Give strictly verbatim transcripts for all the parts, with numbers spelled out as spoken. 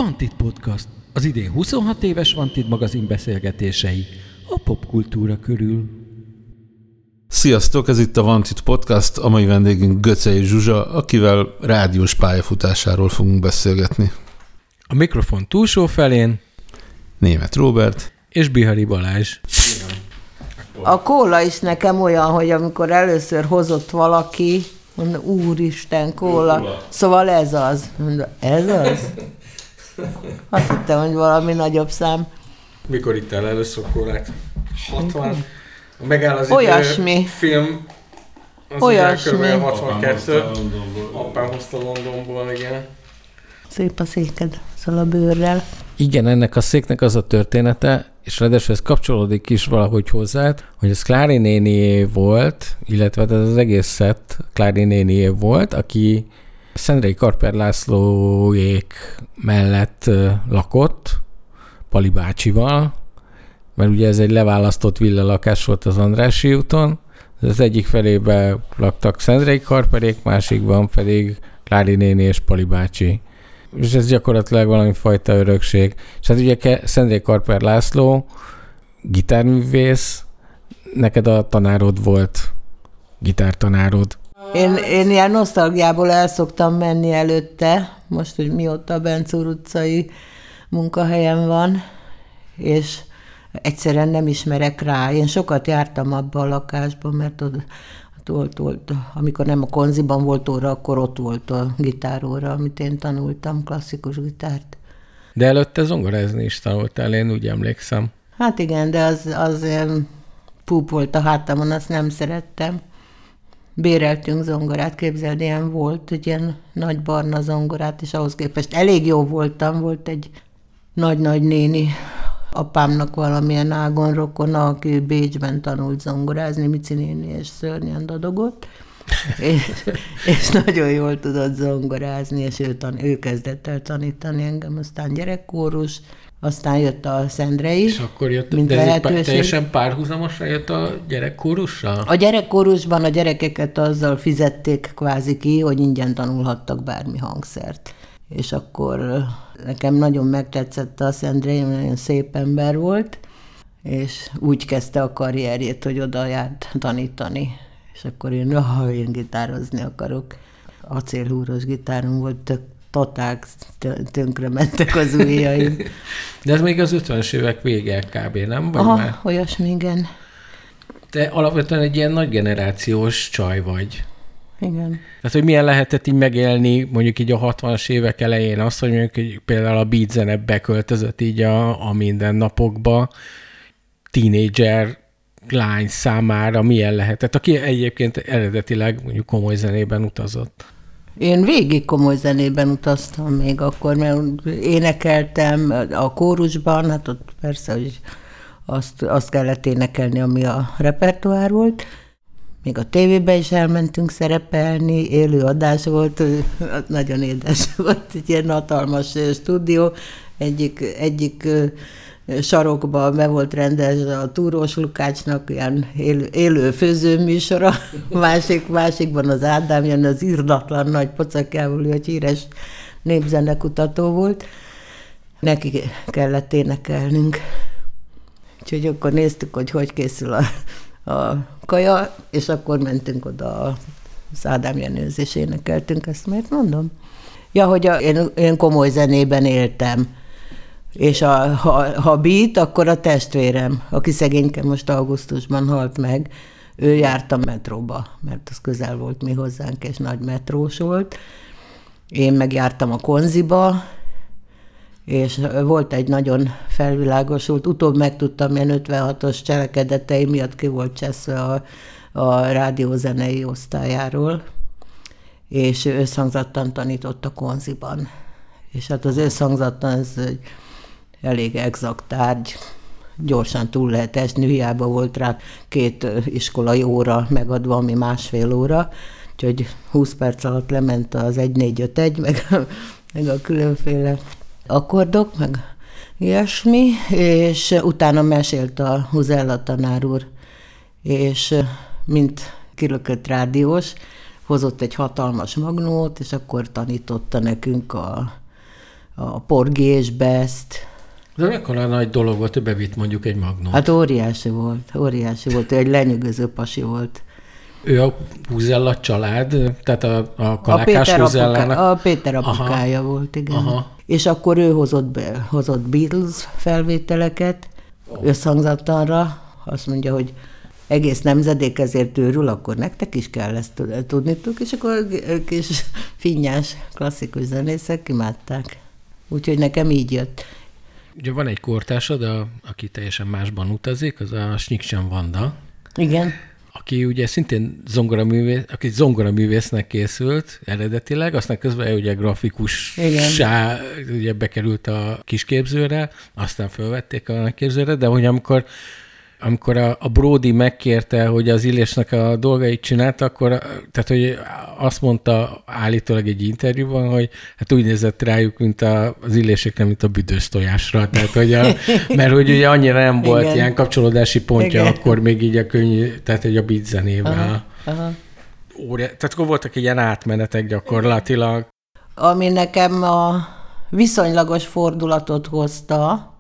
Vantit Podcast, az idén huszonhat éves Vantit magazin beszélgetései a popkultúra körül. Sziasztok, ez itt a Vantit Podcast, a mai vendégünk Göczei Zsuzsa, akivel rádiós pályafutásáról fogunk beszélgetni. A mikrofon túlsó felén Németh Róbert és Bihari Balázs. A kóla is nekem olyan, hogy amikor először hozott valaki, mondom, úristen, kóla. Szóval ez az. Mondom, ez az? Azt hittem, hogy valami nagyobb szám. Mikor itt el először kólát? hatvan. Megáll az Olyasmi. idő film. Az Olyasmi. ugye kb. hatvankettő. Apám hozta Londonból, igen. Szép a széked, szóval a bőrrel. Igen, ennek a széknek az a története, és ráadásul ez kapcsolódik is valahogy hozzá, hogy ez Klári nénié volt, illetve ez az egész szett Klári nénié volt, aki Szendrei Karper Lászlóék mellett lakott, Pali bácsival, mert ugye ez egy leválasztott villalakás volt az Andrássy úton, az egyik felébe laktak Szendrei Karperék, másikban pedig Klári néni és Pali bácsi. És ez gyakorlatilag valami fajta örökség. És hát ugye Szendrei Karper László, gitárművész, neked a tanárod volt, gitártanárod. Én, én ilyen nosztalgiából el szoktam menni előtte, most, hogy mióta a Bencúr utcai munkahelyem van, és egyszerűen nem ismerek rá. Én sokat jártam abba a lakásba, mert ott, ott volt, amikor nem a konziban volt óra, akkor ott volt a gitáróra, amit én tanultam, klasszikus gitárt. De előtte zongorázni is tanultál, én úgy emlékszem. Hát igen, de az, az púp volt a hátamon, azt nem szerettem. Béreltünk zongorát, képzeld, ilyen volt, egy ilyen nagy barna zongorát, és ahhoz képest elég jó voltam, volt egy nagy-nagy néni, apámnak valamilyen ágon rokona, aki Bécsben tanult zongorázni, Mici néni, és szörnyen dadogott, és, és nagyon jól tudott zongorázni, és ő, tan- ő kezdett el tanítani engem, aztán gyerekkórus, aztán jött a Szendrei. És akkor jött, mint de ez lehetőség. teljesen párhuzamosan jött a gyerekkórussal? A gyerekkórusban a gyerekeket azzal fizették kvázi ki, hogy ingyen tanulhattak bármi hangszert. És akkor nekem nagyon megtetszett a Szendrei, nagyon szép ember volt, és úgy kezdte a karrierjét, hogy oda járt tanítani. És akkor én, ha én gitározni akarok. Acélhúros gitárom volt, tök totál tönkre mentek az ujjaim. De ez még az ötvenes évek vége kb. Nem? Vagy Aha, már? olyasmi, igen. Te alapvetően egy ilyen nagy generációs csaj vagy. Igen. Tehát, hogy milyen lehetett így megélni mondjuk így a hatvanas évek elején azt, hogy mondjuk hogy például a beat zene beköltözött így a, a mindennapokba, tínédzser lány számára milyen lehetett, aki egyébként eredetileg mondjuk komoly zenében utazott. Én végig komoly zenében utaztam még akkor, mert énekeltem a kórusban, hát ott persze, hogy azt, azt kellett énekelni, ami a repertoár volt. Még a tévében is elmentünk szerepelni, élő adás volt, nagyon édes volt, egy ilyen hatalmas stúdió, egyik, egyik sarokba be volt rendezve a Túrós Lukácsnak ilyen élő, élő főzőműsora, másik, másikban az Ádám jön az irdatlan nagy pocakjával, hogy híres népzenekutató volt. Neki kellett énekelnünk. Úgyhogy akkor néztük, hogy hogy készül a, a kaja, és akkor mentünk oda az Ádám Jenőz, és énekeltünk, ezt miért mondom? Ja, hogy a, én, én komoly zenében éltem. És a, ha, ha beat, akkor a testvérem, aki szegényke most augusztusban halt meg, ő járt a metróba, mert az közel volt mi hozzánk, és nagy metrós volt. Én meg jártam a konziba, és volt egy nagyon felvilágosult, utóbb megtudtam, ilyen ötvenhatos cselekedetei miatt ki volt cseszve a, a rádiózenei osztályáról, és összhangzattan tanított a konziban. És hát az összhangzattan ez egy elég exakt tárgy, gyorsan túl lehet esni, hiába volt rá két iskolai óra megadva, ami másfél óra, úgyhogy húsz perc alatt lement az egy négy öt egy, meg, meg a különféle akkordok, meg ilyesmi, és utána mesélt a Huzella tanár úr, és mint kilökött rádiós, hozott egy hatalmas magnót, és akkor tanította nekünk a a Porgy és Best. De mekkora nagy dolog volt, hogy bevitt mondjuk egy magnót. Hát óriási volt, óriási volt, ő egy lenyűgöző pasi volt. Ő a Húzella család, tehát a, a Kalákás A Péter, Húzellának... apuká, a Péter apukája Aha. volt, igen. Aha. És akkor ő hozott, be, hozott Beatles felvételeket oh. összhangzatlanra, azt mondja, hogy egész nemzedék ezért őrül, akkor nektek is kell ezt tudnitok, és akkor kis finnyás klasszikus zenészek imádták. Úgyhogy nekem így jött. Ugye van egy kortársad, a, aki teljesen másban utazik, az a Sniksen Vanda. Igen. Aki ugye szintén zongoraművész, aki zongoraművésznek készült eredetileg, aztán közben ugye grafikussá ugye bekerült a kisképzőre, aztán felvették a nagyképzőre, de hogy amikor amikor a, a Brody megkérte, hogy az Illésnek a dolgait csinálta, akkor tehát, hogy azt mondta állítólag egy interjúban, hogy hát úgy nézett rájuk, mint a, az Illésekre, mint a büdös tojásra. Tehát, hogy a, mert hogy ugye annyira nem volt Igen. ilyen kapcsolódási pontja, Igen. akkor még így a könnyű, tehát egy a beat zenével. Aha. Aha. Óri, tehát akkor voltak ilyen átmenetek gyakorlatilag. Ami nekem a viszonylagos fordulatot hozta,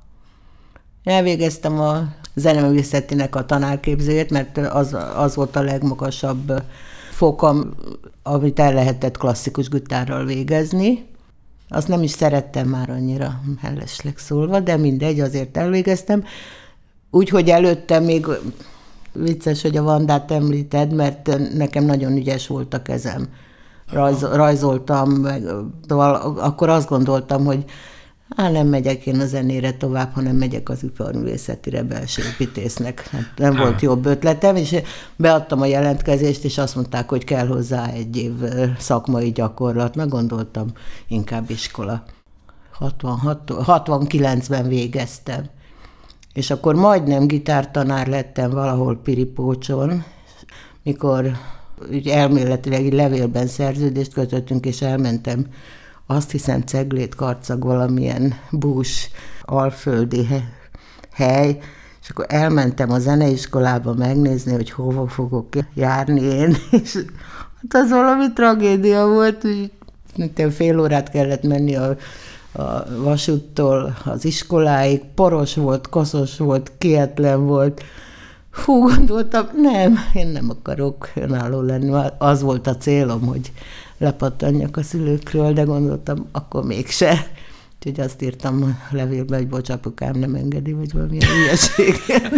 elvégeztem a zeneművészetinek a tanárképzőjét, mert az, az volt a legmagasabb fokom, amit el lehetett klasszikus gitárral végezni. Azt nem is szerettem már annyira mellesleg szólva, de mindegy, azért elvégeztem. Úgyhogy előtte még vicces, hogy a Vandát említed, mert nekem nagyon ügyes volt a kezem. Rajz, rajzoltam, meg, akkor azt gondoltam, hogy hát nem megyek én a zenére tovább, hanem megyek az iparművészetire belsőépítésznek. Hát nem Há. volt jobb ötletem, és beadtam a jelentkezést, és azt mondták, hogy kell hozzá egy év szakmai gyakorlat. Na, gondoltam, inkább iskola. hatvanhat, hatvankilencben végeztem. És akkor majdnem gitártanár lettem valahol Piripócson, mikor ugye elméletileg egy levélben szerződést kötöttünk, és elmentem, azt hiszem Ceglét Karcag, valamilyen bús alföldi hely, és akkor elmentem a zeneiskolába megnézni, hogy hova fogok járni én, és hát az valami tragédia volt, hogy fél órát kellett menni a, a vasúttól az iskoláig, poros volt, koszos volt, kietlen volt. Hú, gondoltam, nem, én nem akarok önálló lenni, az volt a célom, hogy lepattanjak a szülőkről, de gondoltam, akkor mégse. Úgyhogy azt írtam a levélbe, hogy bocs, apukám nem engedi, vagy valamilyen hülyeség.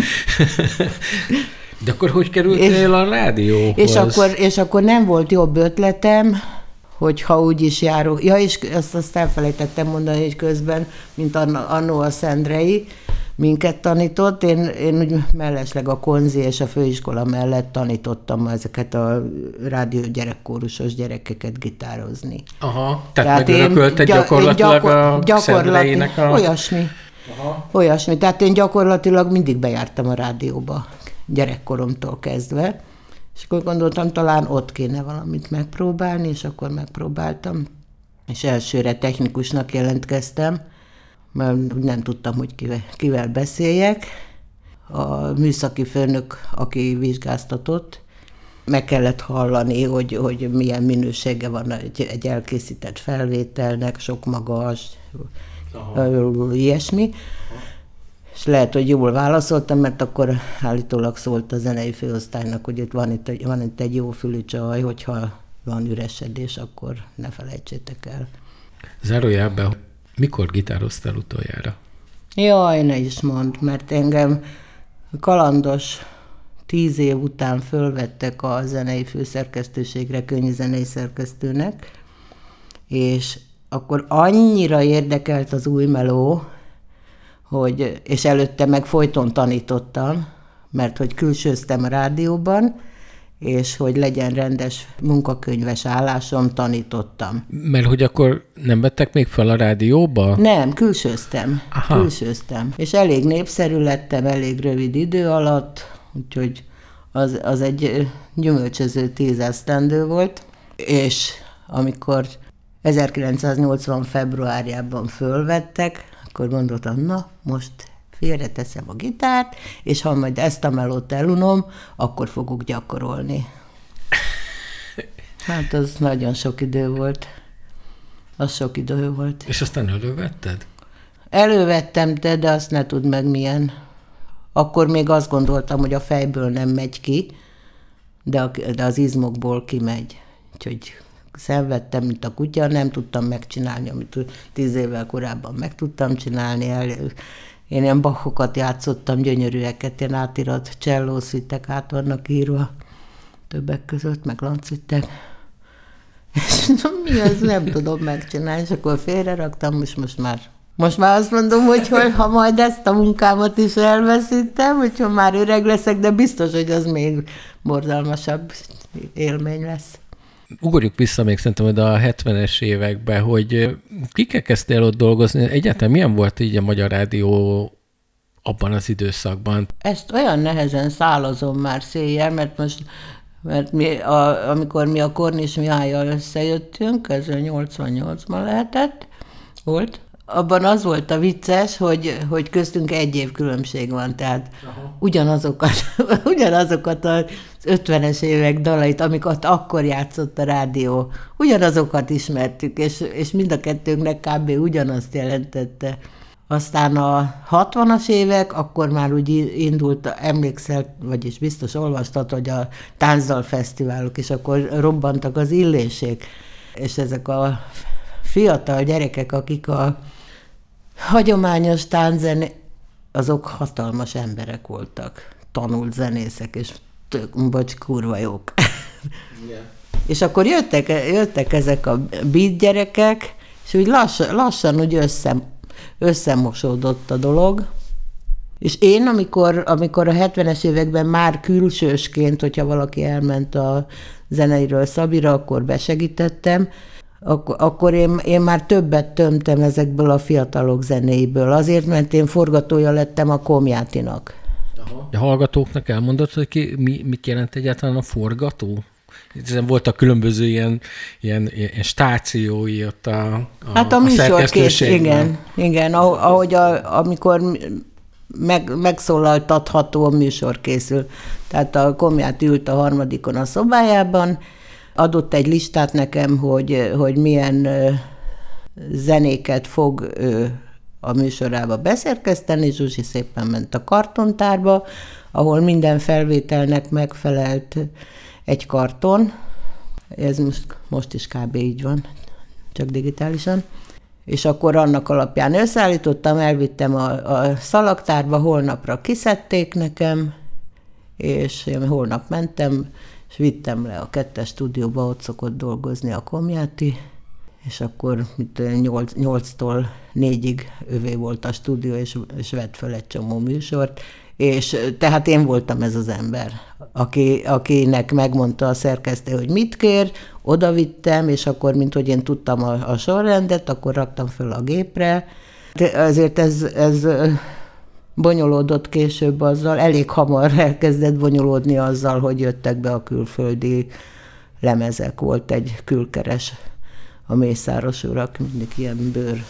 De akkor hogy kerültél a rádióhoz? És akkor, és akkor nem volt jobb ötletem, hogyha úgy is járok. Ja, és azt, azt elfelejtettem mondani, hogy közben, mint annó a Szendrei, minket tanított. Én, én úgy mellesleg a konzi és a főiskola mellett tanítottam ezeket a rádió gyerekkórusos gyerekeket gitározni. Aha, tehát, tehát megörökölted gyakorlatilag gyakor, a gyakorlati, Szendreinek a... Olyasmi. Aha. Olyasmi. Tehát én gyakorlatilag mindig bejártam a rádióba, gyerekkoromtól kezdve. És akkor gondoltam, talán ott kéne valamit megpróbálni, és akkor megpróbáltam. És elsőre technikusnak jelentkeztem, mert nem tudtam, hogy kivel, kivel beszéljek. A műszaki főnök, aki vizsgáztatott, meg kellett hallani, hogy, hogy milyen minősége van egy, egy elkészített felvételnek, sok magas, Aha. ilyesmi. Aha. És lehet, hogy jól válaszoltam, mert akkor állítólag szólt a zenei főosztálynak, hogy itt van itt egy, van itt egy jó fülű csaj, hogyha van üresedés, akkor ne felejtsétek el. Zárójában, mikor gitároztál utoljára? Jaj, ne is mondd, mert engem kalandos tíz év után fölvettek a zenei főszerkesztőségre, könnyű zenei szerkesztőnek, és akkor annyira érdekelt az új meló, hogy, és előtte meg folyton tanítottam, mert hogy külsőztem a rádióban, és hogy legyen rendes munkakönyves állásom, tanítottam. Mert hogy akkor nem vettek még fel a rádióba? Nem, külsőztem. Aha. Külsőztem. És elég népszerű lettem, elég rövid idő alatt, úgyhogy az, az egy gyümölcsöző tíz esztendő volt, és amikor ezerkilencszáznyolcvan februárjában fölvettek, akkor gondoltam, na, most félreteszem a gitárt, és ha majd ezt a melót elunom, akkor fogok gyakorolni. Hát az nagyon sok idő volt. Az sok idő volt. És aztán elővetted? Elővettem, de, de azt ne tudd meg milyen. Akkor még azt gondoltam, hogy a fejből nem megy ki, de, a, de az izmokból kimegy. Úgyhogy szenvedtem, mint a kutya, nem tudtam megcsinálni, amit tíz évvel korábban meg tudtam csinálni. El, én ilyen Bachokat játszottam, gyönyörűeket, ilyen átirat csellószvittek át vannak írva többek között, meg lancvittek. És mi az, nem tudom megcsinálni, és akkor félreraktam, most, most már most már azt mondom, hogy ha majd ezt a munkámat is elveszítem, hogyha már öreg leszek, de biztos, hogy az még borzalmasabb élmény lesz. Ugorjuk vissza még szerintem hogy a hetvenes években, hogy kikkel kezdtél ott dolgozni? Egyáltalán milyen volt így a Magyar Rádió abban az időszakban? Ezt olyan nehezen szálazom már széjjel, mert most mert mi, a, amikor mi a Kornis Mihályjal összejöttünk, ez nyolcvannyolcban lehetett, volt, abban az volt a vicces, hogy, hogy köztünk egy év különbség van, tehát ugyanazokat, ugyanazokat az ötvenes évek dalait, amiket akkor játszott a rádió, ugyanazokat ismertük, és, és mind a kettőnknek kb. Ugyanazt jelentette. Aztán a hatvanas évek, akkor már úgy indult, emlékszel, vagyis biztos olvastad, hogy a táncdalfesztiválok, és akkor robbantak az illésék, és ezek a fiatal gyerekek, akik a hagyományos tánczené, azok hatalmas emberek voltak, tanult zenészek, és tök, bocs, kurva jók. Yeah. És akkor jöttek, jöttek ezek a beat gyerekek, és úgy lassan, lassan úgy össze, összemosódott a dolog. És én, amikor, amikor a hetvenes években már külsősként, hogyha valaki elment a zeneiről Szabira, akkor besegítettem, Ak- akkor én, én már többet tömtem ezekből a fiatalok zenéiből, azért, mert én forgatója lettem a Komjátinak. Aha. A hallgatóknak elmondod, hogy ki, mi, mit jelent egyáltalán a forgató? Ezen voltak különböző ilyen, ilyen, ilyen stációi ott a, a Hát a, a műsorkész, igen, igen, ahogy a, amikor meg, megszólaltatható a műsor készül. Tehát a Komjáti ült a harmadikon a szobájában, adott egy listát nekem, hogy, hogy milyen zenéket fog a műsorába beszerkeszteni. Zsuzsi szépen ment a kartontárba, ahol minden felvételnek megfelelt egy karton. Ez most, most is kb. Így van, csak digitálisan. És akkor annak alapján összeállítottam, elvittem a, a szalagtárba, holnapra kiszedték nekem, és én holnap mentem, és vittem le a kettes stúdióba, ott szokott dolgozni a Komjáti, és akkor nyolctól négyig övé volt a stúdió, és, és vett föl egy csomó műsort, és tehát én voltam ez az ember, aki, akinek megmondta a szerkesztő, hogy mit kér, oda vittem, és akkor, mint hogy én tudtam a, a sorrendet, akkor raktam föl a gépre. De azért ez, ez bonyolódott később azzal, elég hamar elkezdett bonyolódni azzal, hogy jöttek be a külföldi lemezek. Volt egy külkeres, a Mészáros urak, mindig ilyen bőr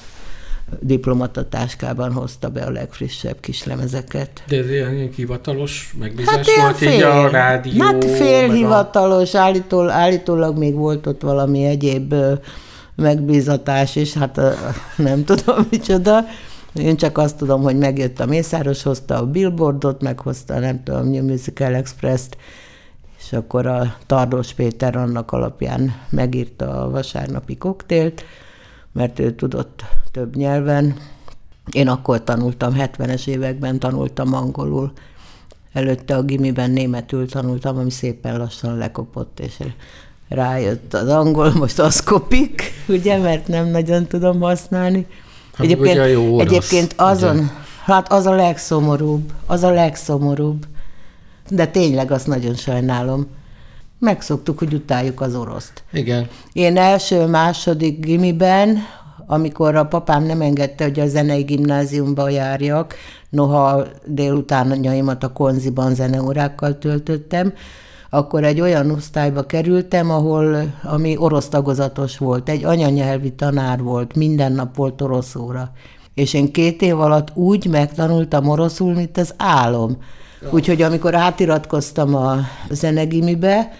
diplomatatáskában hozta be a legfrissebb kis lemezeket. De ez ilyen hivatalos megbízás hát volt fél, így a rádió? Hát félhivatalos, a... állítól, állítólag még volt ott valami egyéb megbízatás is, hát nem tudom micsoda. Én csak azt tudom, hogy megjött a Mészáros, hozta a Billboardot, meghozta, nem tudom, New Musical Express-t, és akkor a Tarlós Péter annak alapján megírta a Vasárnapi koktélt, mert ő tudott több nyelven. Én akkor tanultam, hetvenes években tanultam angolul. Előtte a gimiben németül tanultam, ami szépen lassan lekopott, és rájött az angol, most az kopik, ugye, mert nem nagyon tudom használni. Hát egyébként, ugye jó orosz, egyébként azon, ugye? hát az a legszomorúbb, az a legszomorúbb, de tényleg azt nagyon sajnálom. Megszoktuk, hogy utáljuk az oroszt. Igen. Én első-második gimiben, amikor a papám nem engedte, hogy a zenei gimnáziumba járjak, noha délutánjaimat a Konziban zeneórákkal töltöttem, akkor egy olyan osztályba kerültem, ahol, ami orosz tagozatos volt, egy anyanyelvi tanár volt, minden nap volt orosz óra. És én két év alatt úgy megtanultam oroszul, mint az álom. Úgyhogy amikor átiratkoztam a zenegimibe,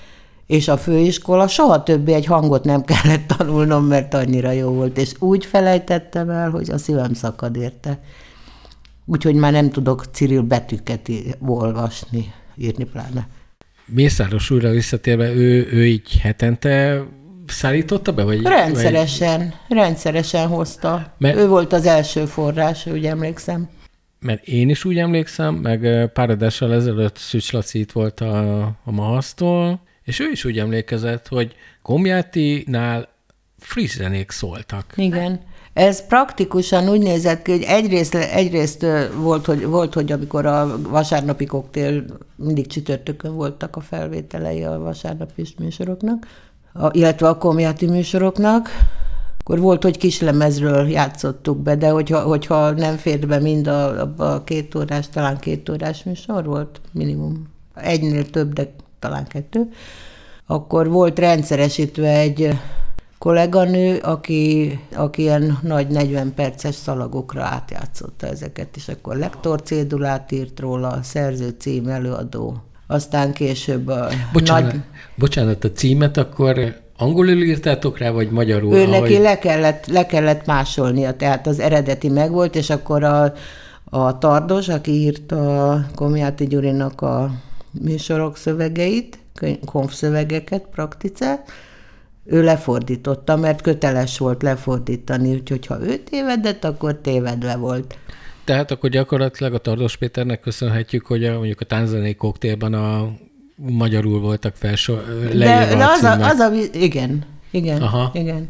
És a főiskola, soha többé egy hangot nem kellett tanulnom, mert annyira jó volt, és úgy felejtettem el, hogy a szívem szakad érte. Úgyhogy már nem tudok Cirill betűket olvasni, írni pláne. Mészáros újra visszatérve, ő, ő így hetente szállította be? Vagy, rendszeresen, vagy... rendszeresen hozta. Mert... Ő volt az első forrás, úgy emlékszem. Mert én is úgy emlékszem, meg pár adással ezelőtt Szűcs Laci itt volt a, a Mahasztól, és ő is úgy emlékezett, hogy Komjátinál friss zenék szóltak. Igen. Ez praktikusan úgy nézett ki, hogy egyrészt, egyrészt volt, hogy, volt, hogy amikor a vasárnapi koktél, mindig csütörtökön voltak a felvételei a vasárnapi műsoroknak, a, illetve a Komjáti műsoroknak, akkor volt, hogy kislemezről játszottuk be, de hogyha, hogyha nem fért be mind a, a két órás, talán két órás műsor volt, minimum egynél több, de talán kettő, akkor volt rendszeresítve egy kolléganő, aki, aki ilyen nagy negyven perces szalagokra átjátszotta ezeket, és akkor lektorcédulát írt róla, szerző, cím, előadó. Aztán később a bocsánat, nagy... Bocsánat, a címet akkor angolul írtátok rá, vagy magyarul? Ő neki ahogy... le, kellett, le kellett másolnia, tehát az eredeti megvolt, és akkor a, a Tardos, aki írta a Komjáti Gyurinak a műsorok szövegeit, konfszövegeket, prakticát, ő lefordította, mert köteles volt lefordítani, úgyhogy ha ő tévedett, akkor tévedve volt. Tehát akkor gyakorlatilag a Tardos Péternek köszönhetjük, hogy a, mondjuk a Tánczenei Koktélban a magyarul voltak felsor, leírva de, a az, a, címek. az a, igen, igen, Aha. igen.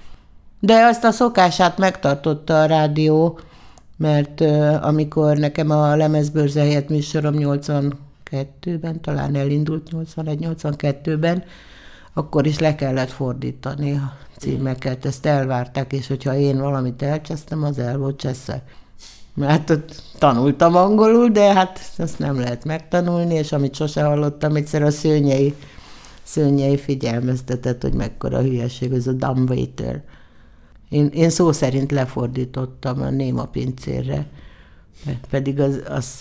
De azt a szokását megtartotta a rádió, mert uh, amikor nekem a Lemezbőrze helyett műsorom nyolcvankettőben, talán elindult nyolcvanegy nyolcvankettőben, akkor is le kellett fordítani a címeket, ezt elvárták, és hogyha én valamit elcsesztem, az el volt cseszve. Mert ott tanultam angolul, de hát ezt nem lehet megtanulni, és amit sose hallottam, egyszer a Szőnyei, Szőnyei figyelmeztetett, hogy mekkora hülyeség, ez a dumbwaiter. Én, én szó szerint lefordítottam a néma pincérre, pedig az, az...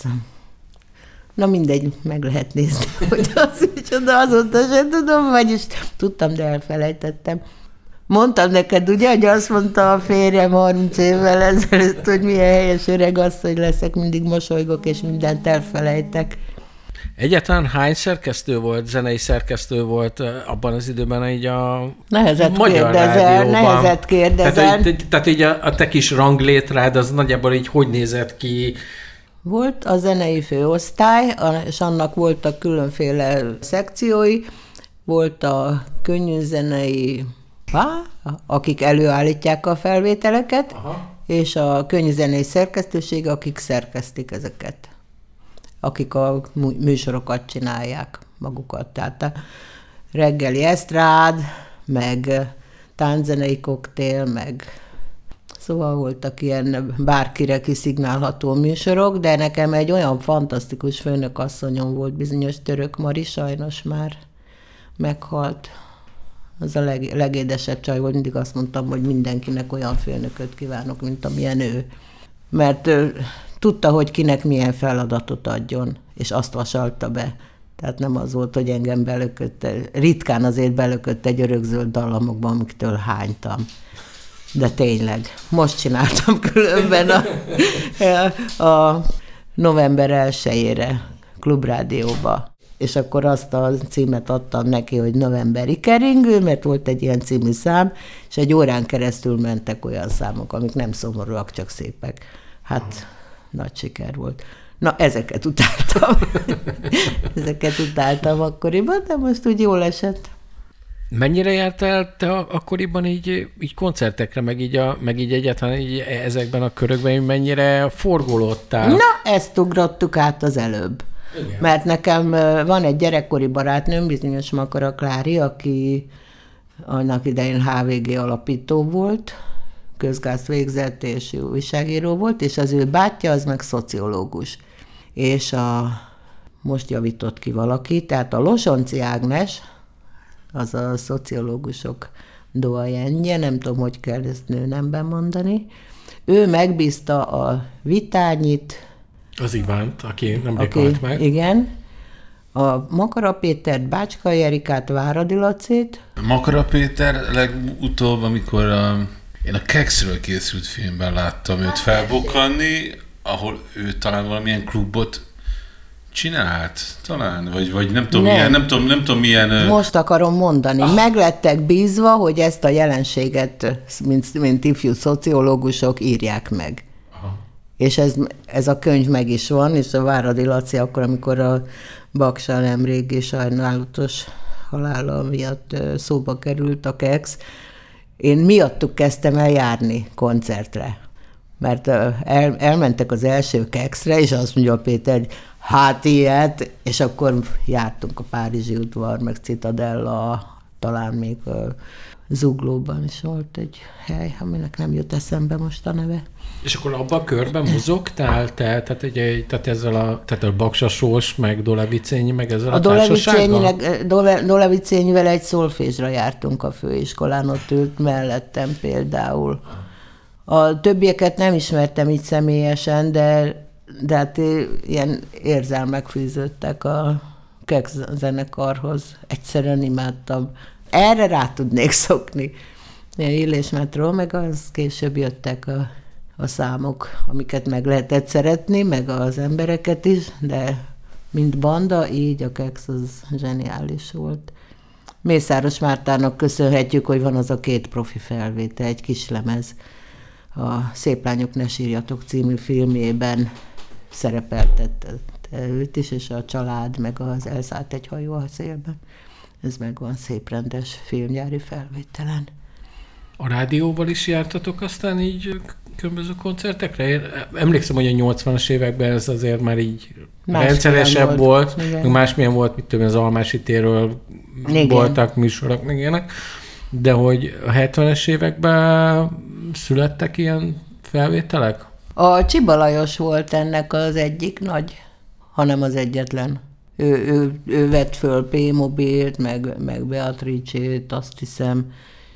Na mindegy, meg lehet nézni, hogy az micsoda, azóta sem tudom, vagyis tudtam, de elfelejtettem. Mondtam neked, ugye, hogy azt mondta a férjem harminc évvel ezelőtt, hogy milyen helyes öreg asszony leszek, mindig mosolygok, és mindent elfelejtek. Egyáltalán hány szerkesztő volt, zenei szerkesztő volt abban az időben így a nehezet magyar kérdezel, rádióban? Nehezet kérdezel. Tehát, tehát így a, a te kis ranglétrád, az nagyjából így hogy nézett ki? Volt a zenei főosztály, és annak voltak különféle szekciói, volt a könnyűzenei, akik előállítják a felvételeket, aha, és a könnyűzenei szerkesztőség, akik szerkesztik ezeket, akik a műsorokat csinálják magukat. Tehát a reggeli esztrád, meg tánczenei koktél, meg... Szóval voltak ilyen bárkire kiszignálható műsorok, de nekem egy olyan fantasztikus főnökasszonyom volt, bizonyos Török Mari, sajnos már meghalt. Az a leg, legédesebb csaj volt, mindig azt mondtam, hogy mindenkinek olyan főnököt kívánok, mint amilyen ő. Mert ő, tudta, hogy kinek milyen feladatot adjon, és azt vasalta be. Tehát nem az volt, hogy engem belökötte, ritkán azért belökötte egy örökzöld dallamokban, amiktől hánytam. De tényleg, most csináltam különben a, a november elsejére Klubrádióba. És akkor azt a címet adtam neki, hogy Novemberi keringő, mert volt egy ilyen című szám, és egy órán keresztül mentek olyan számok, amik nem szomorúak, csak szépek. Hát nagy siker volt. Na, ezeket utáltam. ezeket utáltam akkoriban, de most úgy jól esett. Mennyire jártál te akkoriban így, így koncertekre, meg így, a, meg így egyáltalán így ezekben a körökben, mennyire forgolódtál? Na, ezt ugrottuk át az előbb. Igen. Mert nekem van egy gyerekkori barátnőm, bizonyos Makara Klári, aki annak idején há vé gé alapító volt, közgázt végzett és újságíró volt, és az ő bátyja az meg szociológus. És a, most javított ki valaki, tehát a Losonci Ágnes, az a szociológusok doajenje, nem tudom, hogy kell ezt nőnemben mondani. Ő megbízta a Vitányit, az Ivánt, aki nem halt meg. Igen, A Makara Pétert, Bácskai Erikát, Váradi Lacit. Makara Péter legutóbb, amikor a, én a Kekszről készült filmben láttam őt felbukkanni, ahol ő talán valamilyen klubot csinált, talán, vagy, vagy nem tudom, nem. milyen, nem tudom, nem tudom milyen... Most akarom mondani, ah. meglettek bízva, hogy ezt a jelenséget, mint, mint ifjú szociológusok írják meg. Aha. És ez, ez a könyv meg is van, és a Váradi Laci akkor, amikor a Baksa nemrégi sajnálatos halála miatt szóba került a Keksz, én miattuk kezdtem el járni koncertre. Mert el, elmentek az első Kekszre, és azt mondja a Péter, hogy hát ilyet, és akkor jártunk a Párizsi udvar, meg Citadella, talán még a Zuglóban is volt egy hely, aminek nem jut eszembe most a neve. És akkor abban a körben mozogtál te, tehát, egy, tehát ezzel a, tehát a Baksa Sós, meg Dolevicényi, meg ezzel a, a társasággal? Dolevicényivel egy szolfésra jártunk a főiskolán, ott ült mellettem például. A többieket nem ismertem így személyesen, de, de hát ilyen érzelmek fűződtek a Keksz zenekarhoz. Egyszerűen imádtam. Erre rá tudnék szokni. Illés metró, meg az később jöttek a, a számok, amiket meg lehetett szeretni, meg az embereket is, de mint banda, így a Keksz az zseniális volt. Mészáros Mártának köszönhetjük, hogy van az a két profi felvétel, egy kis lemez. A Szép lányok, ne sírjatok című filmjében szerepeltette őt is, és a család, meg az Elszállt egy hajó a szélben. Ez meg van szép rendes filmgyári felvételen. A rádióval is jártatok aztán így különböző koncertekre? Én emlékszem, hogy a nyolcvanas években ez azért már így más rendszeresebb volt, volt másmilyen volt, mit tudom, az Almási térről igen. voltak műsorok, meg ilyenek, de hogy a hetvenes években születtek ilyen felvételek? A Csiba Lajos volt ennek az egyik nagy, hanem az egyetlen. Ő, ő, ő vett föl P-mobilt, meg, meg Beatrice-t, azt hiszem,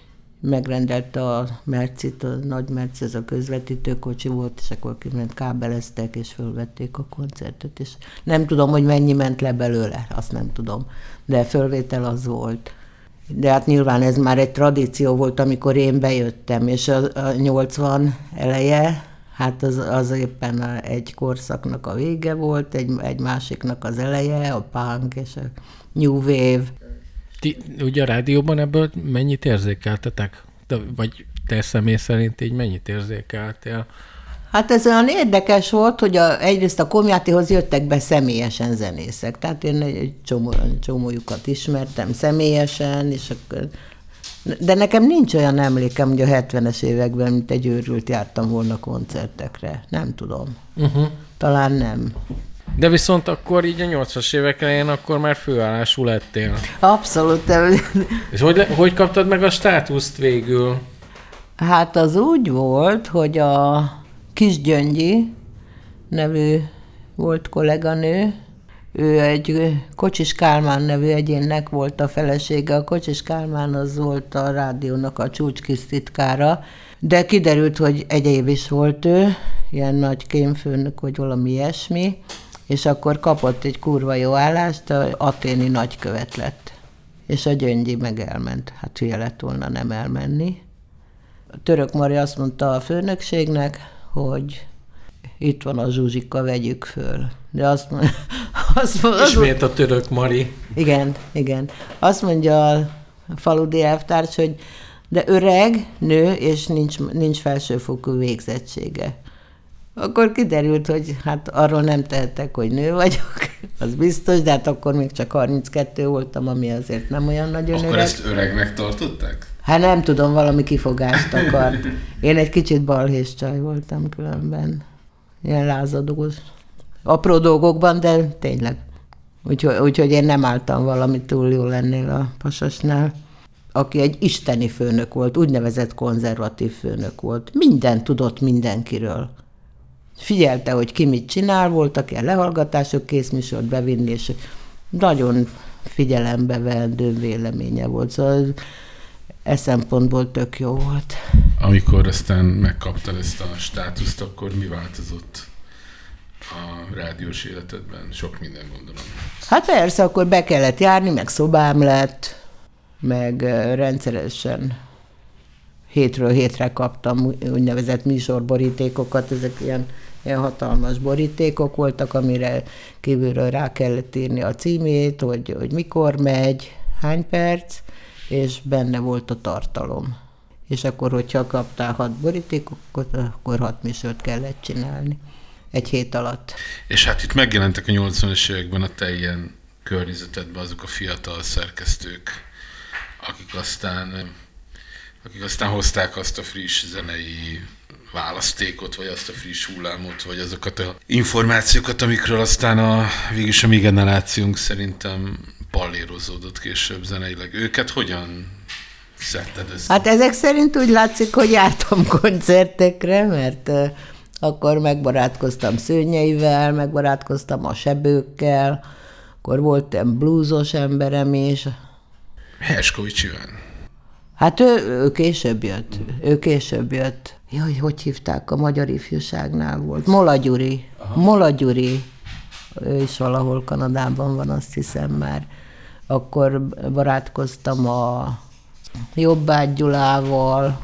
megrendelte a Mercit, a nagy Merci, ez a közvetítőkocsi volt, és akkor kiment kábeleztek, és fölvették a koncertet, és nem tudom, hogy mennyi ment le belőle, azt nem tudom, de fölvétel az volt. De hát nyilván ez már egy tradíció volt, amikor én bejöttem, és a, a nyolcvan eleje, hát az, az éppen egy korszaknak a vége volt, egy, egy másiknak az eleje, a punk és a new wave. Ti ugye a rádióban ebből mennyit érzékeltetek? De, vagy te személy szerint így mennyit érzékeltél? Hát ez olyan érdekes volt, hogy a, egyrészt a Komjátihoz jöttek be személyesen zenészek, tehát én egy csomó, csomójukat ismertem személyesen, és akkor, de nekem nincs olyan emlékem, hogy a hetvenes években, mint egy őrült jártam volna koncertekre. Nem tudom. Uh-huh. Talán nem. De viszont akkor így a nyolcvanas évek elején akkor már főállású lettél. Abszolút. És hogy, hogy kaptad meg a státuszt végül? Hát az úgy volt, hogy a Kis Gyöngyi nevű volt kolléganő, ő egy Kocsis Kálmán nevű egyénnek volt a felesége. A Kocsis Kálmán az volt a rádiónak a csúcskis titkára, de kiderült, hogy egyéb is volt ő, ilyen nagy kémfőnök, vagy valami ilyesmi, és akkor kapott egy kurva jó állást, a athéni nagykövet lett. És a Gyöngyi meg elment. Hát hülye lett volna nem elmenni. A Török Mari azt mondta a főnökségnek, hogy itt van a Zsuzsika, vegyük föl. De azt mondja... Azt mondja Ismét a Török Mari. Igen, igen. Azt mondja a faludi elvtárs, hogy de öreg, nő, és nincs, nincs felsőfokú végzettsége. Akkor kiderült, hogy hát arról nem tehetek, hogy nő vagyok, az biztos, de hát akkor még csak harminckettő voltam, ami azért nem olyan nagyon akkor öreg. Akkor ezt öregnek tartották? Hát nem tudom, valami kifogást akart. Én egy kicsit balhés csaj voltam különben. Ilyen lázadós. Apró dolgokban, de tényleg. Úgyhogy, úgyhogy én nem álltam valami túl jól ennél a pasasnál, aki egy isteni főnök volt, úgynevezett konzervatív főnök volt. Minden tudott mindenkiről. Figyelte, hogy ki mit csinál, voltak ilyen lehallgatások, készműsort bevinni, és nagyon figyelembe vendő véleménye volt. Szóval e szempontból tök jó volt. Amikor aztán megkaptad ezt a státuszt, akkor mi változott? a rádiós életedben? Sok minden, gondolom. Hát persze, akkor be kellett járni, meg szobám lett, meg rendszeresen hétről hétre kaptam úgynevezett műsorborítékokat, ezek ilyen, ilyen hatalmas borítékok voltak, amire kívülről rá kellett írni a címét, hogy, hogy mikor megy, hány perc, és benne volt a tartalom. És akkor, hogyha kaptál hat borítékot, akkor hat műsort kellett csinálni egy hét alatt. És hát itt megjelentek a nyolcvanas években a te ilyen környezetedben azok a fiatal szerkesztők, akik aztán, akik aztán hozták azt a friss zenei választékot, vagy azt a friss hullámot, vagy azokat a információkat, amikről aztán a, végülis a mi generációnk szerintem pallérozódott később zeneileg. Őket hogyan szedted össze? Hát ezek szerint úgy látszik, hogy jártam koncertekre, mert uh, akkor megbarátkoztam Szőnyeivel, megbarátkoztam a Sebőkkel, akkor volt egy bluesos emberem is. Herskovics Iván. Hát ő, ő később jött, ő később jött. Jaj, hogy hívták, a magyar ifjúságnál volt? Mola Gyuri. Aha. Mola Gyuri. Ő is valahol Kanadában van, azt hiszem már. Akkor barátkoztam a Jobbágy Gyulával,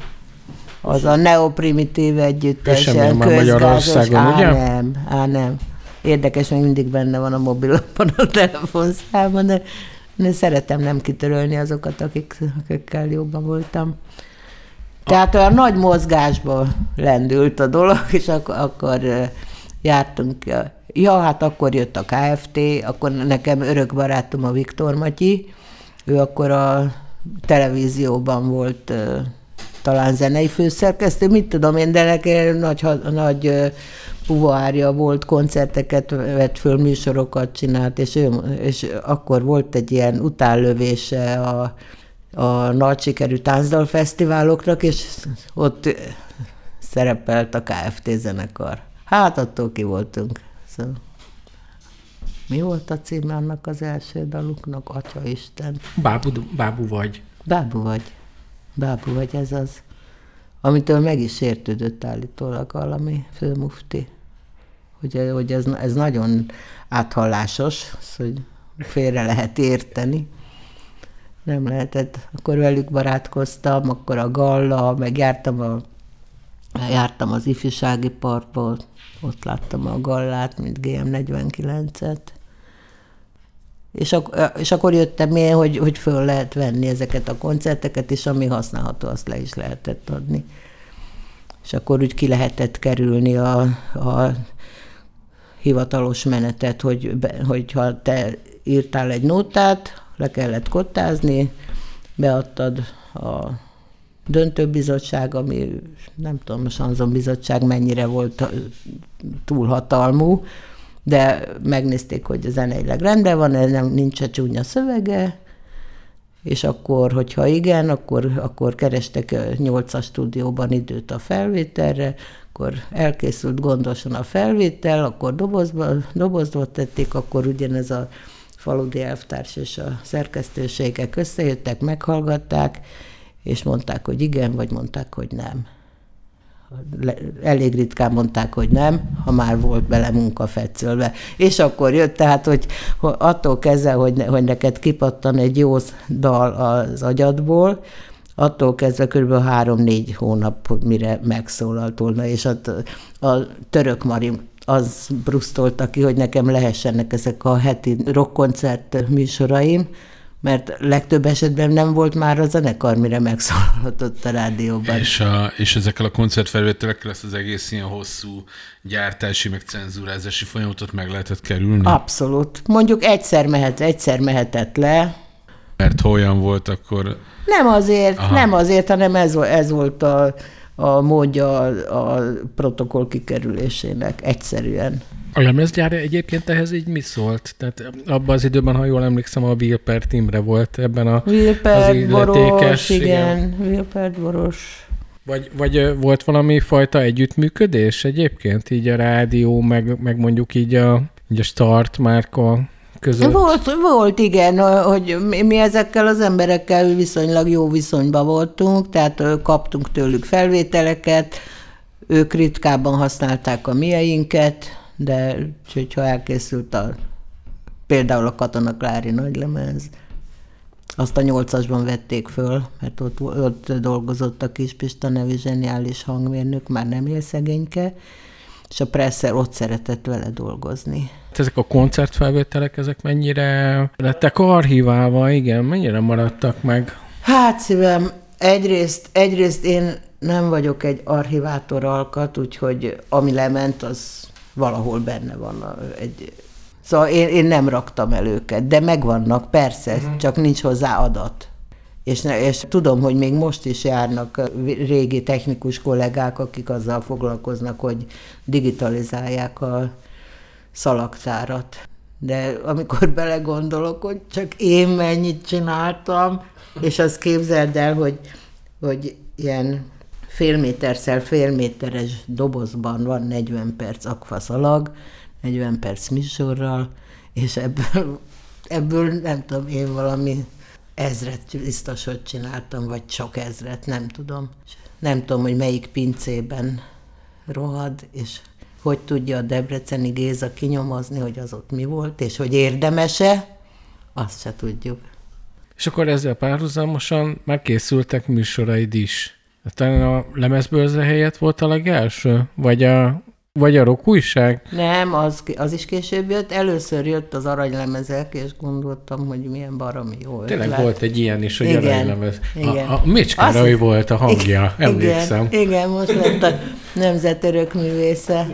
az a neoprimitív együttesen, közgázos. Á, ugye? nem, á, nem. Érdekes, hogy mindig benne van a mobilomban a telefonszámon, de, de szeretem nem kitörölni azokat, akik, akikkel jobban voltam. Tehát olyan nagy mozgásba lendült a dolog, és akkor, akkor jártunk. Ja, hát akkor jött a ká ef té, akkor nekem örök barátom a Viktor Matyi, ő akkor a televízióban volt talán zenei főszerkesztő, mit tudom én, de nekem nagy, nagy puvoárja volt, koncerteket vett föl, műsorokat csinált, és, ő, és akkor volt egy ilyen utánlövése a, a nagy sikerű táncdalfesztiváloknak, és ott szerepelt a ká ef té zenekar. Hát attól ki voltunk. Szóval. Mi volt a címe annak az első daluknak? Atyaisten. Bábú, bábú vagy. Bábú vagy. Bábú vagy, ez az. Amitől meg is értődött állítólag valami főmufti. Hogy, hogy ez, ez nagyon áthallásos, hogy félre lehet érteni. Nem lehetett. Akkor velük barátkoztam, akkor a Galla, meg jártam, a, jártam az ifjúsági parkba, ott láttam a Gallát, mint gé em negyvenkilencet. És, ak- és akkor jöttem én, hogy, hogy föl lehet venni ezeket a koncerteket, és ami használható, azt le is lehetett adni. És akkor úgy ki lehetett kerülni a, a hivatalos menetet, hogy, be, hogyha te írtál egy nótát, le kellett kottázni, beadtad a döntőbizottság, ami nem tudom, a Sanzonbizottság mennyire volt túlhatalmú, de megnézték, hogy zeneileg rendben van, ez nem, nincs a csúnya szövege, és akkor, hogyha igen, akkor, akkor kerestek nyolcas stúdióban időt a felvételre, akkor elkészült gondosan a felvétel, akkor dobozba, dobozba tették, akkor ugyanez a faludi elvtárs és a szerkesztőségek összejöttek, meghallgatták, és mondták, hogy igen, vagy mondták, hogy nem. Elég ritkán mondták, hogy nem, ha már volt bele munka fetszölve. És akkor jött, tehát, hogy attól kezdve, hogy, hogy neked kipattan egy jó dal az agyadból, attól kezdve kb. három-négy hónap, mire megszólalt volna, és a, a Török Mari az brusztolta ki, hogy nekem lehessenek ezek a heti rockkoncert műsoraim, mert legtöbb esetben nem volt már a zenekar, mire megszólalhatott a rádióban. És, a, és ezekkel a koncertfelvételekkel ezt az egész ilyen hosszú gyártási, meg cenzúrázási folyamatot meg lehetett kerülni? Abszolút. Mondjuk egyszer, mehet, egyszer mehetett le. Mert ha olyan volt, akkor... Nem azért, Aha. nem azért, hanem ez, ez volt a, a módja a, a protokoll kikerülésének. Egyszerűen. A lemezgyár egyébként ehhez így mi szólt? Tehát abban az időben, ha jól emlékszem, a Wilpert Imre volt ebben a, Wilpert, az illetékes. Boros, igen, igen. Wilpert, Boros. Vagy, vagy volt valami fajta együttműködés egyébként, így a rádió, meg, meg mondjuk így a, így a Start márka között? Volt, volt, igen, hogy mi, mi ezekkel az emberekkel viszonylag jó viszonyban voltunk, tehát kaptunk tőlük felvételeket, ők ritkában használták a mieinket, de hogyha elkészült a, például a Katona Klári nagylemez, azt a nyolcasban vették föl, mert ott, ott dolgozott a Kispista nevű zseniális hangmérnök, már nem él szegényke, és a Presser ott szeretett vele dolgozni. Ezek a koncertfelvételek, ezek mennyire lettek archiválva, igen, mennyire maradtak meg? Hát szívem, egyrészt, egyrészt én nem vagyok egy archivátor alkat, úgyhogy ami lement, az valahol benne van. Egy... Szóval én, én nem raktam el őket, de megvannak, persze, uh-huh. csak nincs hozzá adat. És, és tudom, hogy még most is járnak régi technikus kollégák, akik azzal foglalkoznak, hogy digitalizálják a szalagtárat. De amikor belegondolok, hogy csak én mennyit csináltam, és azt képzeld el, hogy, hogy ilyen félméterszel félméteres dobozban van negyven perc akvaszalag, negyven perc műsorral, és ebből, ebből nem tudom, én valami ezret biztos, hogy csináltam, vagy sok ezret, nem tudom. Nem tudom, hogy melyik pincében rohad, és hogy tudja a Debreceni Géza kinyomozni, hogy az ott mi volt, és hogy érdemese, azt se tudjuk. És akkor ezzel párhuzamosan már készültek műsoraid is. Talán a lemezbőrze helyett volt a legelső? Vagy a, vagy a rock újság? Nem, az, az is később jött. Először jött az aranylemezek, és gondoltam, hogy milyen baromi jó ötlet. Tényleg volt egy ilyen is, hogy igen, aranylemez. Igen. A, a Mécs Károly az... volt a hangja, igen, emlékszem. Igen, igen, most lett a nemzet örökművésze.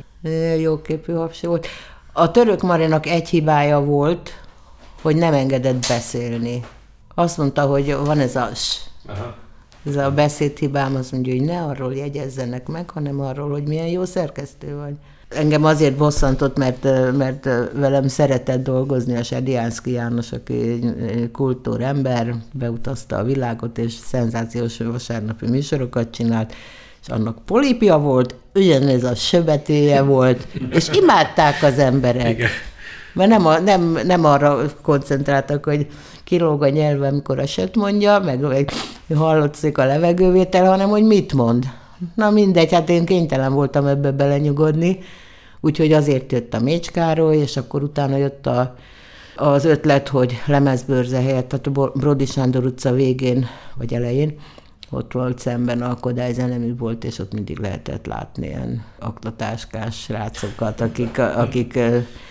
Jóképű hapsi volt. A Török Marinak egy hibája volt, hogy nem engedett beszélni. Azt mondta, hogy van ez a s. Aha. Ez a beszédhibám, azt mondja, hogy ne arról jegyezzenek meg, hanem arról, hogy milyen jó szerkesztő vagy. Engem azért bosszantott, mert, mert velem szeretett dolgozni a Sediánszky János, aki kultúrember, beutazta a világot, és szenzációs vasárnapi műsorokat csinált, és annak polipja volt, ugyanez a söbetője volt, és imádták az emberek. Igen. Mert nem, a, nem, nem arra koncentráltak, hogy kilóg a nyelve, amikor a söt mondja, meg, meg hallotszik a levegővétel, hanem hogy mit mond. Na mindegy, hát én kénytelen voltam ebbe belenyugodni, úgyhogy azért jött a Mécs Károly, és akkor utána jött a, az ötlet, hogy lemezbőrze helyett, tehát a Bródi Sándor utca végén, vagy elején, ott volt szemben a Kodály zenemű volt, és ott mindig lehetett látni ilyen aktatáskás srácokat, akik, akik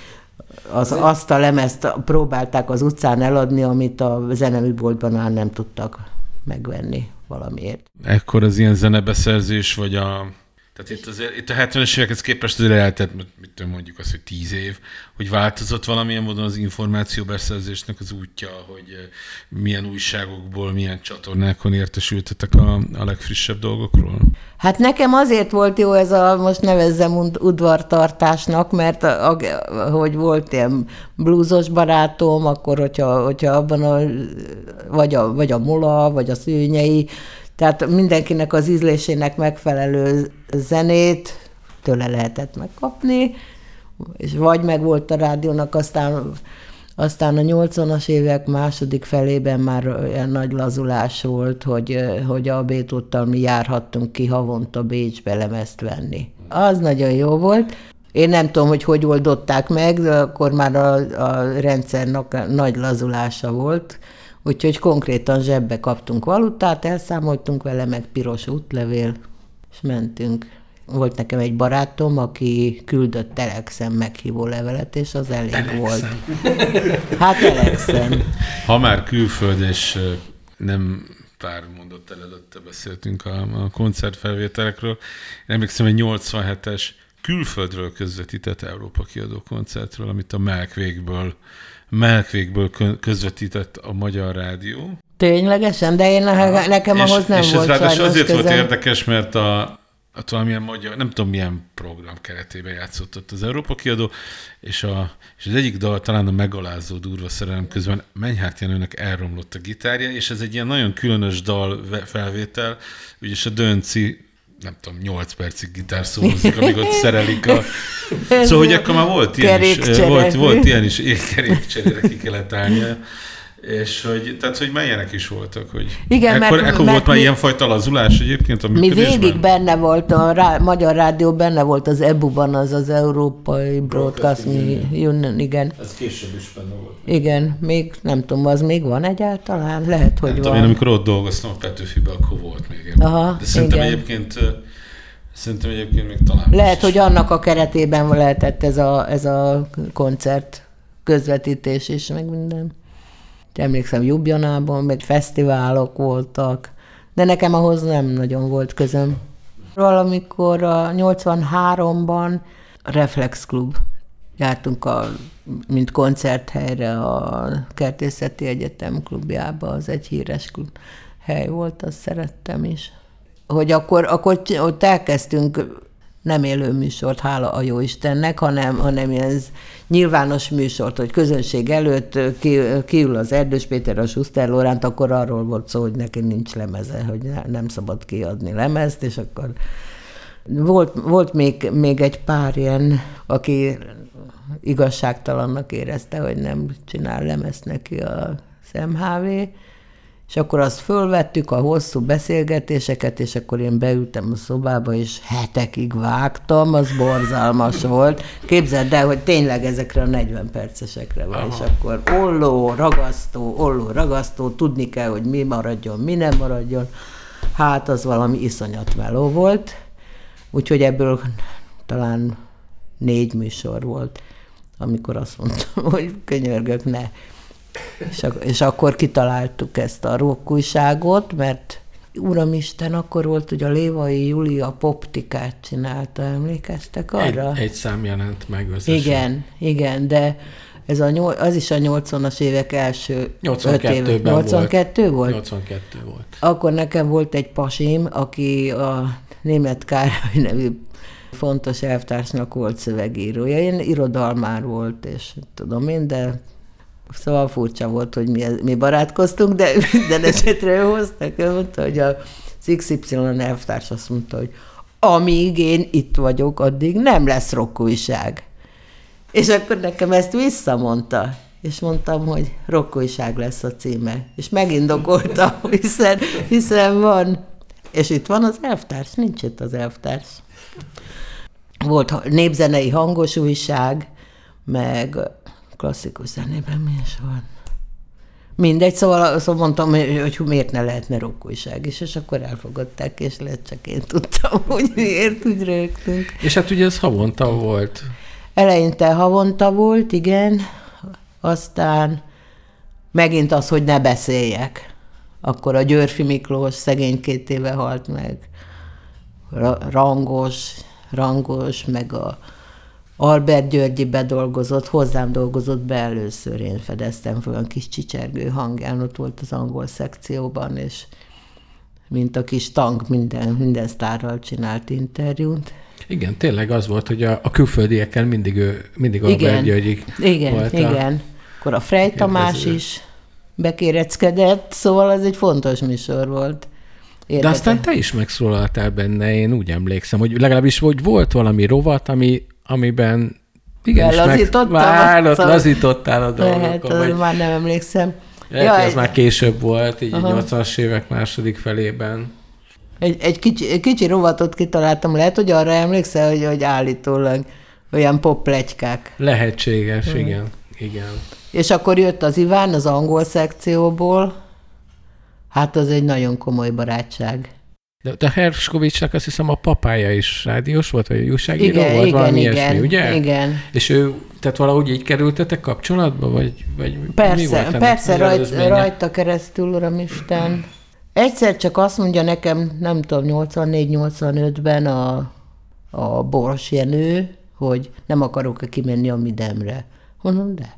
az, azt a lemezt próbálták az utcán eladni, amit a zeneműboltban már nem tudtak megvenni valamiért. Ekkor az ilyen zenebeszerzés, vagy a... Tehát itt, azért, itt a hetvenes évekhez képest azért eltett, mit tudom, mondjuk azt, hogy tíz év, hogy változott valamilyen módon az információbeszerzésnek az útja, hogy milyen újságokból, milyen csatornákon értesültetek a, a legfrissebb dolgokról? Hát nekem azért volt jó ez a, most nevezzem udvartartásnak, mert a, a, hogy volt ilyen blúzos barátom, akkor hogyha, hogyha abban a, vagy a, vagy a Mola, vagy a Szőnyei, tehát mindenkinek az ízlésének megfelelő zenét tőle lehetett megkapni, és vagy meg volt a rádiónak, aztán, aztán a nyolcvanas évek második felében már olyan nagy lazulás volt, hogy, hogy a Bétóttal mi járhattunk ki havonta Bécsbe lemezt venni. Az nagyon jó volt. Én nem tudom, hogy hogy oldották meg, de akkor már a, a rendszernek nagy lazulása volt, úgyhogy konkrétan zsebbe kaptunk valutát, elszámoltunk vele, meg piros útlevél, és mentünk. Volt nekem egy barátom, aki küldött telexen meghívó levelet, és az elég telexen. Volt. Hát telexen. Ha már külföld, és nem pár mondat előtte beszéltünk a, a koncertfelvételekről, én emlékszem egy nyolcvanhetes külföldről közvetített Európa Kiadó koncertről, amit a Melkvégből Melkvégből közvetített a Magyar Rádió. Ténylegesen? De én nekem és, ahhoz nem és volt sajnos És ez azért közem. volt érdekes, mert a, a valamilyen magyar, nem tudom milyen program keretében játszott ott az Európa Kiadó, és, a, és az egyik dal, talán a Megalázó durva szerelem közben Menyhárt Jenőnek elromlott a gitárja, és ez egy ilyen nagyon különös dal felvétel, úgyis a Dönci nem tudom, nyolc percig gitárszólózik, amíg ott szerelik a... Szóval, hogy akkor már volt ilyen is, volt, volt ilyen is, kerékcserére ki kellett állnia. És hogy, tehát, hogy melyenek is voltak, hogy igen, ekkor, mert, ekkor mert volt már mi, ilyenfajta lazulás egyébként a mi végig benne volt, a rá, Magyar Rádió benne volt az é bu-ban, az az Európai Broadcasting Union, igen. Ez később is benne volt. Igen, még nem tudom, az még van egyáltalán? Lehet, hogy nem van. tudom, én amikor ott dolgoztam a Petőfiben, akkor volt még. Aha, de szerintem igen. egyébként Szerintem egyébként még talán... Lehet, hogy annak a keretében lehetett ez a, ez a koncert közvetítés is, meg minden. Emlékszem, Ljubljanában, meg fesztiválok voltak, de nekem ahhoz nem nagyon volt közöm. Valamikor a nyolcvanháromban a Reflex Klub jártunk, a, mint koncerthelyre a Kertészeti Egyetem klubjába, az egy híres klub hely volt, azt szerettem is. Hogy akkor, akkor ott elkezdtünk nem élő műsort, hála a jó Istennek, hanem, hanem ez nyilvános műsort, hogy közönség előtt ki, kiül az Erdős Péter, a Schuster Lóránt, akkor arról volt szó, hogy neki nincs lemeze, hogy nem szabad kiadni lemezt, és akkor volt, volt még, még egy pár ilyen, aki igazságtalannak érezte, hogy nem csinál lemezt neki az em há vé, és akkor azt fölvettük, a hosszú beszélgetéseket, és akkor én beültem a szobába, és hetekig vágtam, az borzalmas volt. Képzeld el, hogy tényleg ezekre a negyven percesekre van, és akkor olló, ragasztó, olló, ragasztó, tudni kell, hogy mi maradjon, mi nem maradjon. Hát az valami iszonyat meló volt, úgyhogy ebből talán négy műsor volt, amikor azt mondtam, hogy könyörgök, ne. És, ak- és akkor kitaláltuk ezt a rock újságot, mert Uramisten, akkor volt, hogy a Lévai Júlia poptikát csinálta, emlékeztek arra? Egy, egy szám jelent meg összesen. Igen, igen, de ez a nyol- az is a nyolcvanas évek első öt éve. nyolcvankettő volt? nyolcvankettő volt. Akkor nekem volt egy pasim, aki a Németh Károly nevű fontos elvtársnak volt szövegírója. Én irodalmár volt, és tudom én, de szóval furcsa volt, hogy mi, mi barátkoztunk, de minden esetre ő hoztak. Ő mondta, hogy az iksz ipszilon elvtárs azt mondta, hogy amíg én itt vagyok, addig nem lesz rockújság. És akkor nekem ezt visszamondta. És mondtam, hogy rockújság lesz a címe. És megindokoltam, hiszen, hiszen van. És itt van az elvtárs, nincs itt az elvtárs. Volt népzenei hangos újság, meg klasszikus zenében mi is van. Mindegy, szóval, szóval mondtam, hogy miért ne lehetne rockújság is, és akkor elfogadták, és lehet csak én tudtam, hogy miért úgy rögtünk. És hát ugye ez havonta volt. Eleinte havonta volt, igen, aztán megint az, hogy ne beszéljek. Akkor a Györfi Miklós szegény két éve halt meg, rangos, rangos, meg a Albert Györgyi bedolgozott, hozzám dolgozott be először, én fedeztem föl a kis csicsergő hangján, ott volt az angol szekcióban, és mint a kis tank minden, minden sztárral csinált interjút. Igen, tényleg az volt, hogy a, a külföldiekkel mindig ő, mindig Albert Györgyi igen, volt. Igen, igen. Akkor a Frey Tamás is bekéreckedett, szóval ez egy fontos műsor volt. Érdekes. De aztán te is megszólaltál benne, én úgy emlékszem, hogy legalábbis hogy volt valami rovat, ami, amiben igenis lazítottam. Várod, szóval lazítottál a dolgokon. Lehet, vagy... már nem emlékszem. Lehet, az már később volt, így a nyolcvanas évek második felében. Egy, egy kicsi, egy kicsi rovatot kitaláltam, lehet, hogy arra emlékszel, hogy, hogy állítólag olyan pop-pletykák. Lehetséges, hmm. igen, igen. És akkor jött az Iván az angol szekcióból, hát az egy nagyon komoly barátság. De a Herskovicsnak azt hiszem a papája is rádiós volt, vagy újságíró igen, volt, igen, valami igen, ilyesmi, ugye? Igen. És ő, tehát valahogy így kerültetek kapcsolatba, vagy, vagy persze, mi volt ennek persze, rajt, előzménye? rajta keresztül, Uramisten. Egyszer csak azt mondja nekem, nem tudom, nyolcvannégy nyolcvanötben a, a Bors Jenő, hogy nem akarok-e kimenni a Midemre. Mondom, de.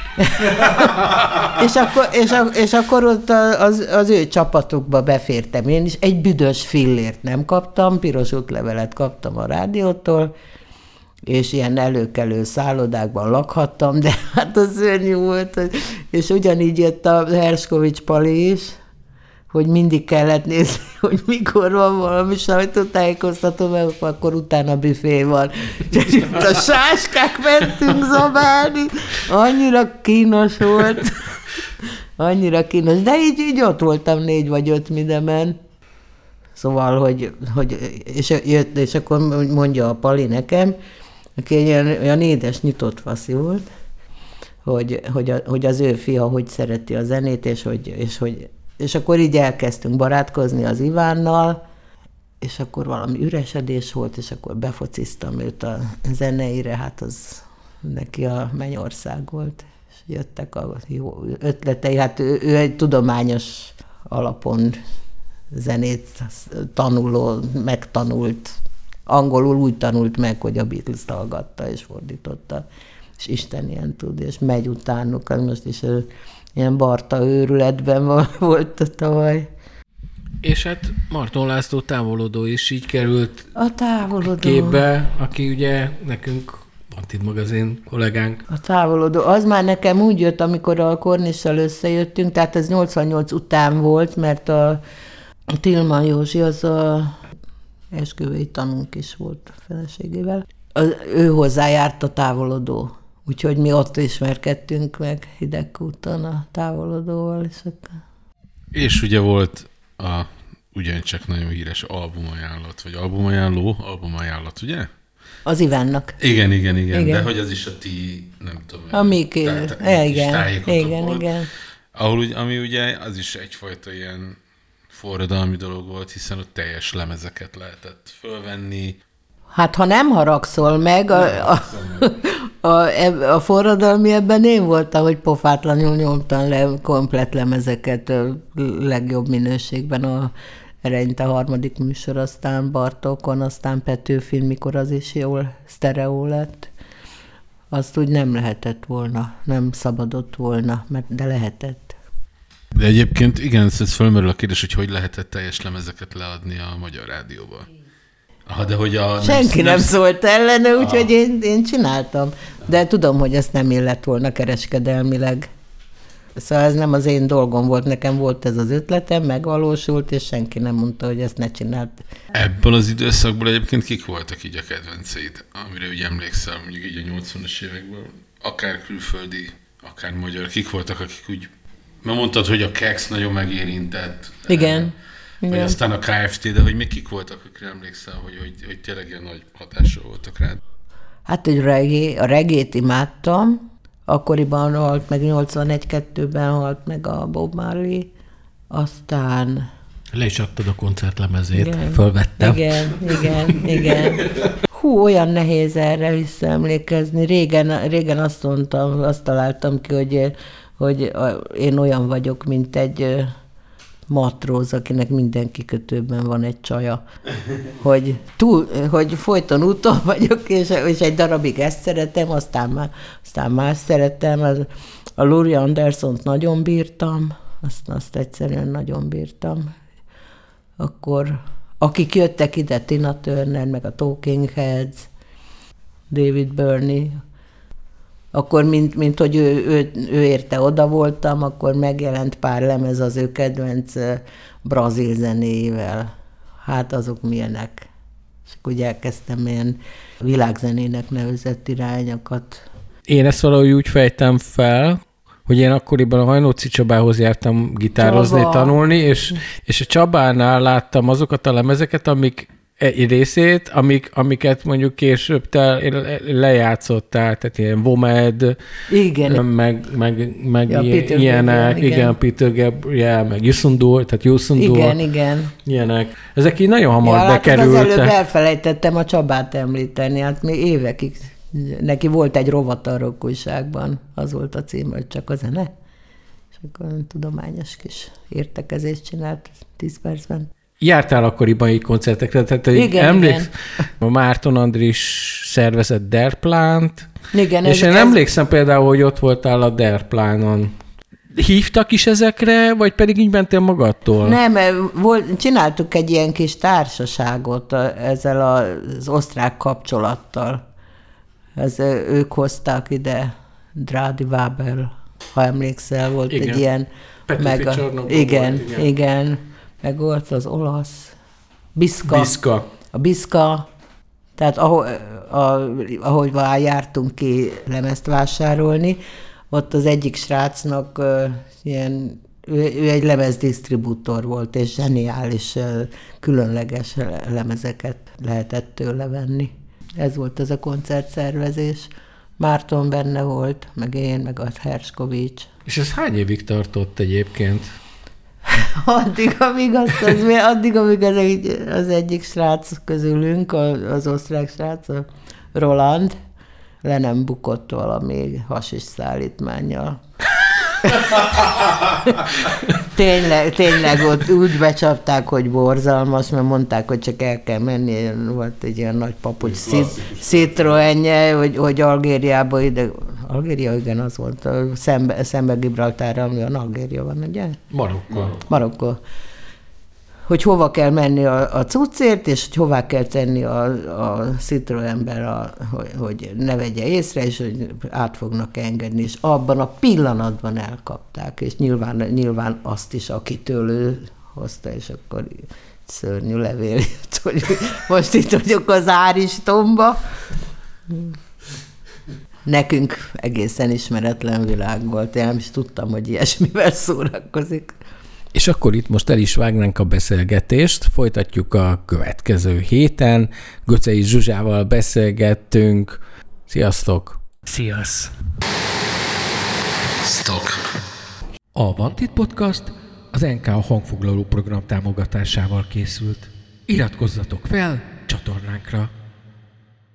és, akkor, és, és akkor ott az, az ő csapatukba befértem én is. Egy büdös fillért nem kaptam, piros útlevelet kaptam a rádiótól, és ilyen előkelő szállodákban lakhattam, de hát az szörnyű volt. És ugyanígy jött a Herskovics Pali is, hogy mindig kellett nézni, hogy mikor van valami sajtótájékoztató, mert akkor utána büfé van. És itt a sáskák mentünk zabálni, annyira kínos volt. Annyira kínos. De így, így ott voltam négy vagy öt mindenben. Szóval, hogy, hogy és, jött, és akkor mondja a Pali nekem, aki egy olyan, olyan édes, nyitott faszi volt, hogy, hogy, a, hogy az ő fia hogy szereti a zenét, és, hogy, és, hogy, és akkor így elkezdtünk barátkozni az Ivánnal, és akkor valami üresedés volt, és akkor befociztam őt a zeneire, hát az neki a mennyország volt, és jöttek a jó ötletei, hát ő, ő egy tudományos alapon zenét tanuló, megtanult, angolul úgy tanult meg, hogy a Beatles-t hallgatta és fordította, és Isten ilyen tud, és megy utánuk, most is ilyen Barta őrületben volt tavaly. És hát Marton László távolodó is így került a távolodó képbe, aki ugye nekünk Antid magazin kollégánk. A távolodó. Az már nekem úgy jött, amikor a Kornissal összejöttünk, tehát ez nyolcvannyolc után volt, mert a Tilman Józsi az a esküvői tanunk is volt a feleségével. Az, ő hozzájárt a távolodó. Úgyhogy mi ott ismerkedtünk meg Hidegkúton a távolodóval. És, akkor... és ugye volt a ugyancsak nagyon híres albumajánlat, vagy albumajánló, albumajánlat, ugye? Az Ivánnak. Igen, igen, igen, igen, de hogy az is a ti, nem tudom. A mi kis igen, igen, volt, igen. Ahol, ami ugye az is egyfajta ilyen forradalmi dolog volt, hiszen ott teljes lemezeket lehetett fölvenni. Hát ha nem haragszol meg, a, a, a, a, a forradalmi ebben én voltam, hogy pofátlanul nyomtam le komplett lemezeket legjobb minőségben a Ereinte harmadik műsor, aztán Bartókon, aztán Petőfin, mikor az is jól sztereó lett. Azt úgy nem lehetett volna, nem szabadott volna, mert de lehetett. De egyébként igen, ez fölmerül a kérdés, hogy hogy lehetett teljes lemezeket leadni a Magyar Rádióba. Aha, de hogy a... Senki nem, nem, nem szólt ellene, úgyhogy ah. én, én csináltam. De tudom, hogy ezt nem illett volna kereskedelmileg. Szóval ez nem az én dolgom volt, nekem volt ez az ötletem, megvalósult, és senki nem mondta, hogy ezt ne csinált. Ebből az időszakból egyébként kik voltak így a kedvenceid, amire úgy emlékszel, mondjuk így a nyolcvanas évekből, akár külföldi, akár magyar, kik voltak, akik úgy, mert mondtad, hogy a Kex nagyon megérintett. Igen. Vagy Igen. aztán a ká ef té, de hogy még kik voltak, akikre emlékszel, hogy, hogy, hogy tényleg ilyen nagy hatással voltak rád? Hát egy reggae, a reggae-t imádtam, akkoriban halt meg, nyolcvanegy-kettőben halt meg a Bob Marley, aztán... Le is adtad a koncertlemezét, igen, fölvettem. Igen, igen, igen. Hú, olyan nehéz erre visszaemlékezni. Régen, régen azt mondtam, azt találtam ki, hogy, hogy én olyan vagyok, mint egy matróz, akinek minden kikötőben van egy csaja. Hogy, túl, hogy folyton úton vagyok, és, és egy darabig ezt szeretem, aztán, már, aztán más szeretem. A Laurie Andersont nagyon bírtam, azt, azt egyszerűen nagyon bírtam. Akkor akik jöttek ide, Tina Turner, meg a Talking Heads, David Byrne, akkor mint, mint hogy ő, ő, ő érte oda voltam, akkor megjelent pár lemez az ő kedvenc brazil zenéivel. Hát azok milyenek. És akkor úgy elkezdtem ilyen világzenének nevezett irányokat. Én ezt valahogy úgy fejtem fel, hogy én akkoriban a Hajnóci Csabához jártam gitározni, Csaba. tanulni, és, és a Csabánál láttam azokat a lemezeket, amik egy részét, amik, amiket mondjuk később te lejátszottál, tehát ilyen Vomed, igen. meg, meg, meg ja, Peter ilyenek, igen, igen, Peter Gabriel, meg Yusundur, tehát Yusundur. Igen, igen. Ilyenek. Ezek így nagyon hamar ja, bekerültek. Az előbb elfelejtettem a Csabát említeni, hát még évekig. Neki volt egy rovata a Rock újságban, az volt a cím, hogy csak a zene. És akkor tudományos kis értekezést csinált tíz percben. Jártál akkoriban így koncertekre, tehát igen, emléksz, igen. a Márton Andris szervezett Derplánt, igen, és ez, én ez... emlékszem például, hogy ott voltál a Derplánon. Hívtak is ezekre, vagy pedig így mentél magadtól? Nem, volt, csináltuk egy ilyen kis társaságot ezzel az osztrák kapcsolattal. Ez, ők hozták ide Drádi Vábel, ha emlékszel, volt igen. egy ilyen... Meg a, igen, volt, igen, igen. Meg volt az olasz, Biszka. Biszka. A Biszka, tehát ahogy, ahogy jártunk ki lemezt vásárolni, ott az egyik srácnak uh, ilyen, ő, ő egy lemezdisztribútor volt, és zseniális, uh, különleges lemezeket lehetett tőle venni. Ez volt az a koncertszervezés. Márton benne volt, meg én, meg a Herskovics. És ez hány évig tartott egyébként? Addig, amíg, azt, az, addig, amíg az, egy, az egyik srác közülünk, az osztrák srác, a Roland, le nem bukott valami hasis szállítmánnyal. tényleg, tényleg ott úgy becsapták, hogy borzalmas, mert mondták, hogy csak el kell menni. Volt egy ilyen nagy papucs Citroenje, hogy, hogy Algériába ide... Algéria, igen, az volt. Szembe, szembe Gibraltárra, ami a Algéria van, ugye? Marokko. Marokko. Hogy hova kell menni a, a cuccért, és hogy hová kell tenni a, a Citroenben, a, hogy, hogy ne vegye észre, és hogy át fognak engedni. És abban a pillanatban elkapták, és nyilván, nyilván azt is, akitől ő hozta, és akkor szörnyű levél jött, hogy most itt vagyok az Áristomba. Nekünk egészen ismeretlen világ volt. Én nem is tudtam, hogy ilyesmivel szórakozik. És akkor itt most el is vágnánk a beszélgetést, folytatjuk a következő héten. Göcsei Zsuzsával beszélgettünk. Sziasztok! Sziasz! Sziasztok! A Vantit Podcast az en ká hangfoglaló program támogatásával készült. Iratkozzatok fel csatornánkra!